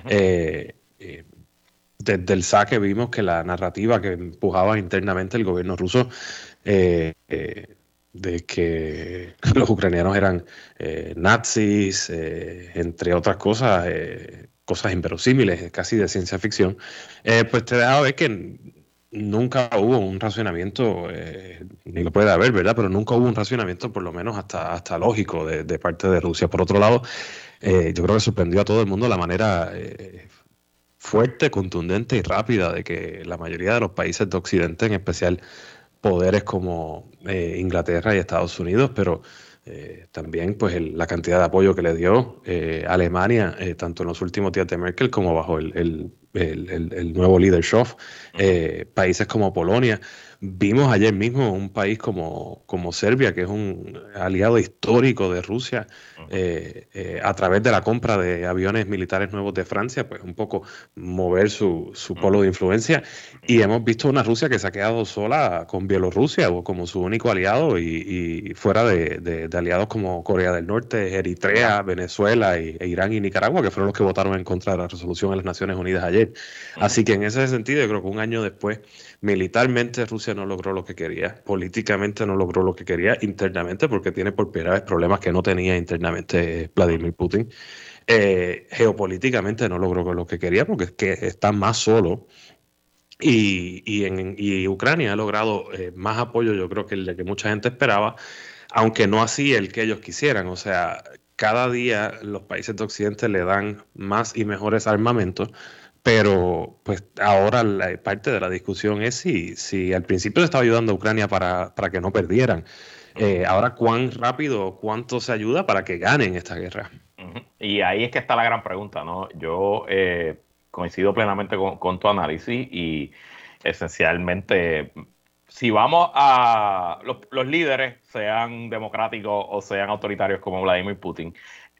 Desde el saque vimos que la narrativa que empujaba internamente el gobierno ruso de que los ucranianos eran nazis, entre otras cosas, cosas inverosímiles, casi de ciencia ficción, pues te dejaba ver que nunca hubo un racionamiento, ni lo puede haber, ¿verdad? Pero nunca hubo un racionamiento, por lo menos hasta lógico, de parte de Rusia. Por otro lado, yo creo que sorprendió a todo el mundo la manera fuerte, contundente y rápida de que la mayoría de los países de Occidente, en especial poderes como Inglaterra y Estados Unidos, pero también pues la cantidad de apoyo que le dio Alemania, tanto en los últimos días de Merkel como bajo el nuevo líder Scholz, países como Polonia. Vimos ayer mismo un país como Serbia, que es un aliado histórico de Rusia, a través de la compra de aviones militares nuevos de Francia, pues un poco mover su polo de influencia. Y hemos visto una Rusia que se ha quedado sola con Bielorrusia o como su único aliado y fuera de aliados como Corea del Norte, Eritrea, Venezuela e Irán y Nicaragua, que fueron los que votaron en contra de la resolución de las Naciones Unidas ayer. Así que en ese sentido, yo creo que un año después, militarmente Rusia no logró lo que quería, políticamente no logró lo que quería, internamente, porque tiene por primera vez problemas que no tenía internamente Vladimir Putin. Geopolíticamente no logró lo que quería, porque es que está más solo. Y Ucrania ha logrado más apoyo, yo creo, que el que mucha gente esperaba, aunque no así el que ellos quisieran. O sea, cada día los países de Occidente le dan más y mejores armamentos. Pero pues ahora parte de la discusión es si al principio se estaba ayudando a Ucrania para que no perdieran. Ahora cuán rápido, cuánto se ayuda para que ganen esta guerra. Y ahí es que está la gran pregunta, ¿no? Yo coincido plenamente con tu análisis y esencialmente, si vamos a los líderes, sean democráticos o sean autoritarios como Vladimir Putin,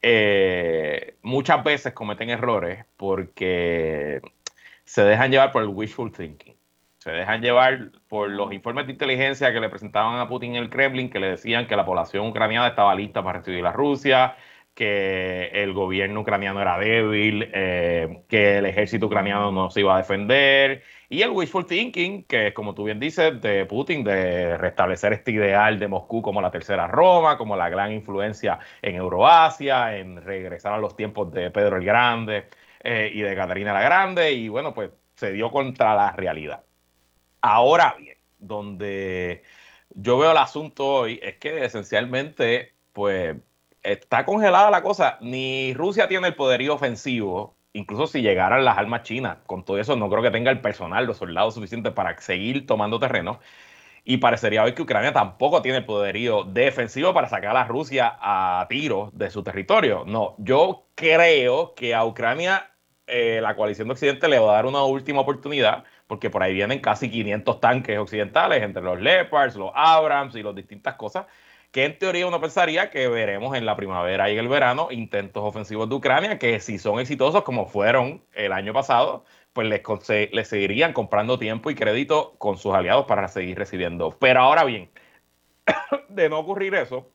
muchas veces cometen errores porque se dejan llevar por el wishful thinking, se dejan llevar por los informes de inteligencia que le presentaban a Putin en el Kremlin, que le decían que la población ucraniana estaba lista para recibir a Rusia, que el gobierno ucraniano era débil, que el ejército ucraniano no se iba a defender, y el wishful thinking, que es, como tú bien dices, de Putin, de restablecer este ideal de Moscú como la tercera Roma, como la gran influencia en Euroasia, en regresar a los tiempos de Pedro el Grande y de Catarina la Grande, y bueno, pues se dio contra la realidad. Ahora bien, donde yo veo el asunto hoy es que esencialmente, pues, está congelada la cosa. Ni Rusia tiene el poderío ofensivo, incluso si llegaran las armas chinas. Con todo eso no creo que tenga el personal, los soldados suficientes para seguir tomando terreno. Y parecería hoy que Ucrania tampoco tiene el poderío defensivo para sacar a Rusia a tiros de su territorio. No, yo creo que a Ucrania la coalición de Occidente le va a dar una última oportunidad, porque por ahí vienen casi 500 tanques occidentales, entre los Leopards, los Abrams y las distintas cosas, que en teoría uno pensaría que veremos en la primavera y en el verano intentos ofensivos de Ucrania, que si son exitosos como fueron el año pasado, pues les seguirían comprando tiempo y crédito con sus aliados para seguir recibiendo. Pero ahora bien, de no ocurrir eso,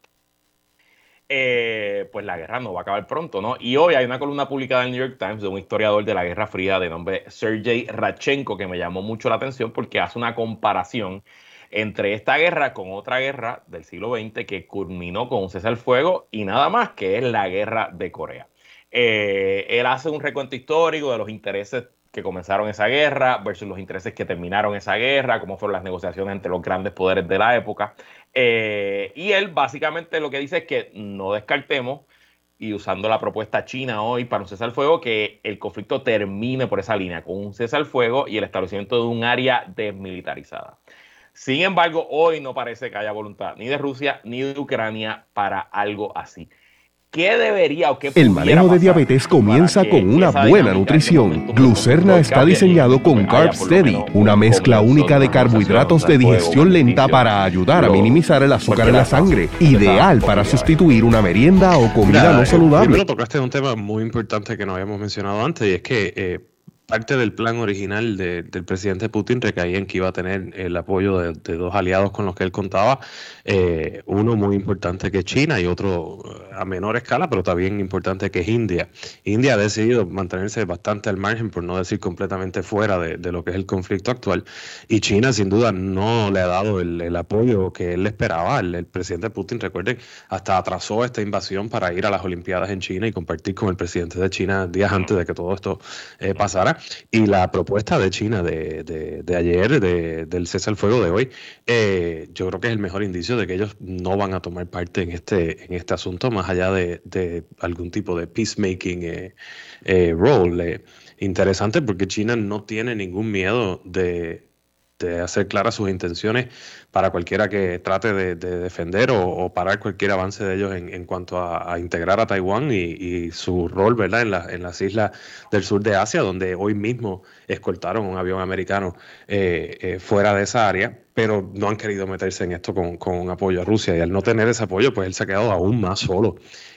pues la guerra no va a acabar pronto, ¿no? Y hoy hay una columna publicada en el New York Times de un historiador de la Guerra Fría de nombre Sergei Radchenko, que me llamó mucho la atención porque hace una comparación entre esta guerra con otra guerra del siglo XX que culminó con un cese al fuego y nada más, que es la guerra de Corea. Él hace un recuento histórico de los intereses que comenzaron esa guerra versus los intereses que terminaron esa guerra, cómo fueron las negociaciones entre los grandes poderes de la época. Y él básicamente lo que dice es que no descartemos, y usando la propuesta china hoy para un cese al fuego, que el conflicto termine por esa línea, con un cese al fuego y el establecimiento de un área desmilitarizada. Sin embargo, hoy no parece que haya voluntad ni de Rusia ni de Ucrania para algo así. ¿Qué debería o qué El manejo de diabetes comienza con una buena nutrición. Glucerna está diseñado con Carb Steady, una mezcla única de carbohidratos de digestión lenta para ayudar a minimizar el azúcar en la sangre, ideal para sustituir una merienda o comida no saludable. Primero tocaste un tema muy importante que no habíamos mencionado antes, y es que parte del plan original del presidente Putin recaía en que iba a tener el apoyo de dos aliados con los que él contaba, uno muy importante que es China y otro a menor escala, pero también importante que es India. India ha decidido mantenerse bastante al margen, por no decir completamente fuera de lo que es el conflicto actual, y China sin duda no le ha dado el apoyo que él esperaba. El presidente Putin, recuerden, hasta atrasó esta invasión para ir a las Olimpiadas en China y compartir con el presidente de China días antes de que todo esto pasara. Y la propuesta de China de ayer, del cese al fuego de hoy, yo creo que es el mejor indicio de que ellos no van a tomar parte en este asunto, más allá de algún tipo de peacemaking role. Interesante, porque China no tiene ningún miedo de hacer claras sus intenciones para cualquiera que trate de defender o parar cualquier avance de ellos en cuanto a integrar a Taiwán y su rol, ¿verdad?, en las islas del sur de Asia, donde hoy mismo escoltaron un avión americano fuera de esa área, pero no han querido meterse en esto con apoyo a Rusia, y al no tener ese apoyo, pues él se ha quedado aún más solo,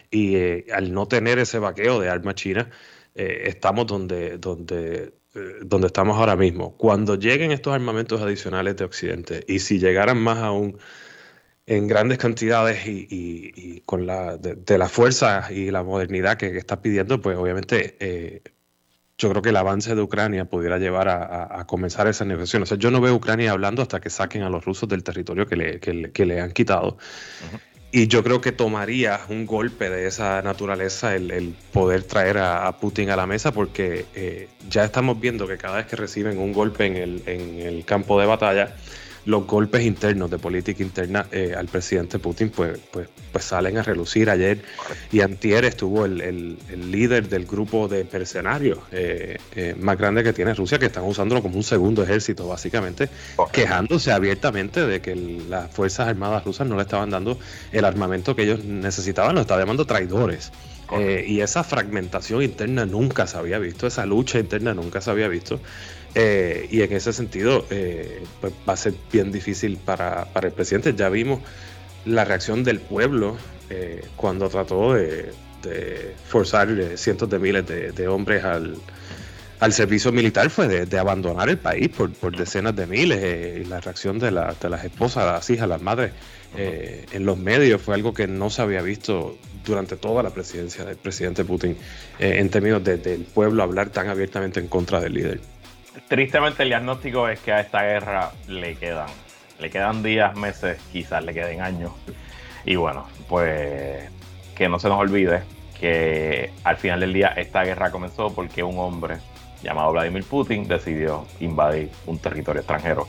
y al no tener ese vaqueo de armas chinas, estamos donde estamos ahora mismo. Cuando lleguen estos armamentos adicionales de Occidente, y si llegaran más aún en grandes cantidades y con de la fuerza y la modernidad que está pidiendo, pues obviamente yo creo que el avance de Ucrania pudiera llevar a comenzar esas negociaciones. O sea, yo no veo a Ucrania hablando hasta que saquen a los rusos del territorio que le han quitado. Uh-huh. Y yo creo que tomaría un golpe de esa naturaleza el poder traer a Putin a la mesa, porque ya estamos viendo que cada vez que reciben un golpe en el campo de batalla, los golpes internos de política interna al presidente Putin pues salen a relucir. Ayer y antier estuvo el líder del grupo de mercenarios más grande que tiene Rusia, que están usándolo como un segundo ejército, básicamente, quejándose abiertamente de que las Fuerzas Armadas rusas no le estaban dando el armamento que ellos necesitaban, lo estaban llamando traidores. Y esa fragmentación interna nunca se había visto, esa lucha interna nunca se había visto. Y en ese sentido pues va a ser bien difícil para el presidente. Ya vimos la reacción del pueblo cuando trató de forzar cientos de miles de hombres al servicio militar, fue de abandonar el país por decenas de miles. Y la reacción de las esposas, las hijas, las madres en los medios fue algo que no se había visto durante toda la presidencia del presidente Putin, en términos del pueblo hablar tan abiertamente en contra del líder. Tristemente el diagnóstico es que a esta guerra le quedan días, meses, quizás le queden años. Y bueno, pues que no se nos olvide que al final del día esta guerra comenzó porque un hombre llamado Vladimir Putin decidió invadir un territorio extranjero.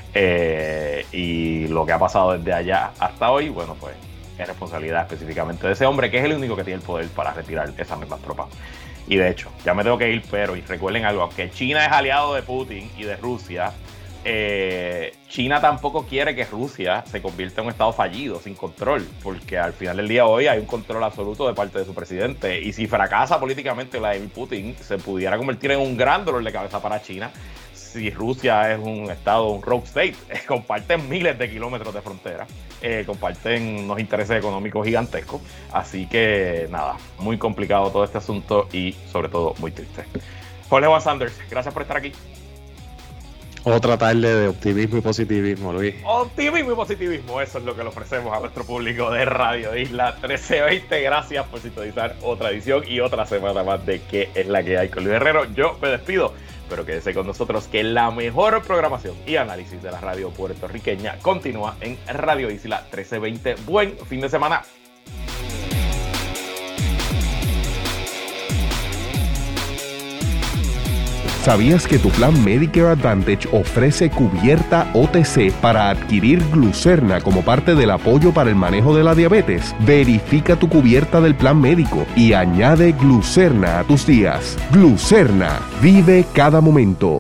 Y lo que ha pasado desde allá hasta hoy, bueno, pues es responsabilidad específicamente de ese hombre, que es el único que tiene el poder para retirar esas mismas tropas. Y de hecho, ya me tengo que ir, pero y recuerden algo, aunque China es aliado de Putin y de Rusia, China tampoco quiere que Rusia se convierta en un estado fallido, sin control, porque al final del día hoy hay un control absoluto de parte de su presidente, y si fracasa políticamente Vladimir Putin, se pudiera convertir en un gran dolor de cabeza para China. Si Rusia es un estado, un rogue state, comparten miles de kilómetros de frontera, comparten unos intereses económicos gigantescos, así que nada, muy complicado todo este asunto y sobre todo muy triste. Jorge Juan Sanders, gracias por estar aquí. Otra tarde de optimismo y positivismo, Luis. Optimismo y positivismo, eso es lo que le ofrecemos a nuestro público de Radio Isla 1320. Gracias por sintonizar otra edición y otra semana más de ¿Qué es la que hay con Luis Herrero? Yo me despido, pero quédese con nosotros que la mejor programación y análisis de la radio puertorriqueña continúa en Radio Isla 1320. Buen fin de semana. ¿Sabías que tu plan Medicare Advantage ofrece cubierta OTC para adquirir Glucerna como parte del apoyo para el manejo de la diabetes? Verifica tu cubierta del plan médico y añade Glucerna a tus días. Glucerna, vive cada momento.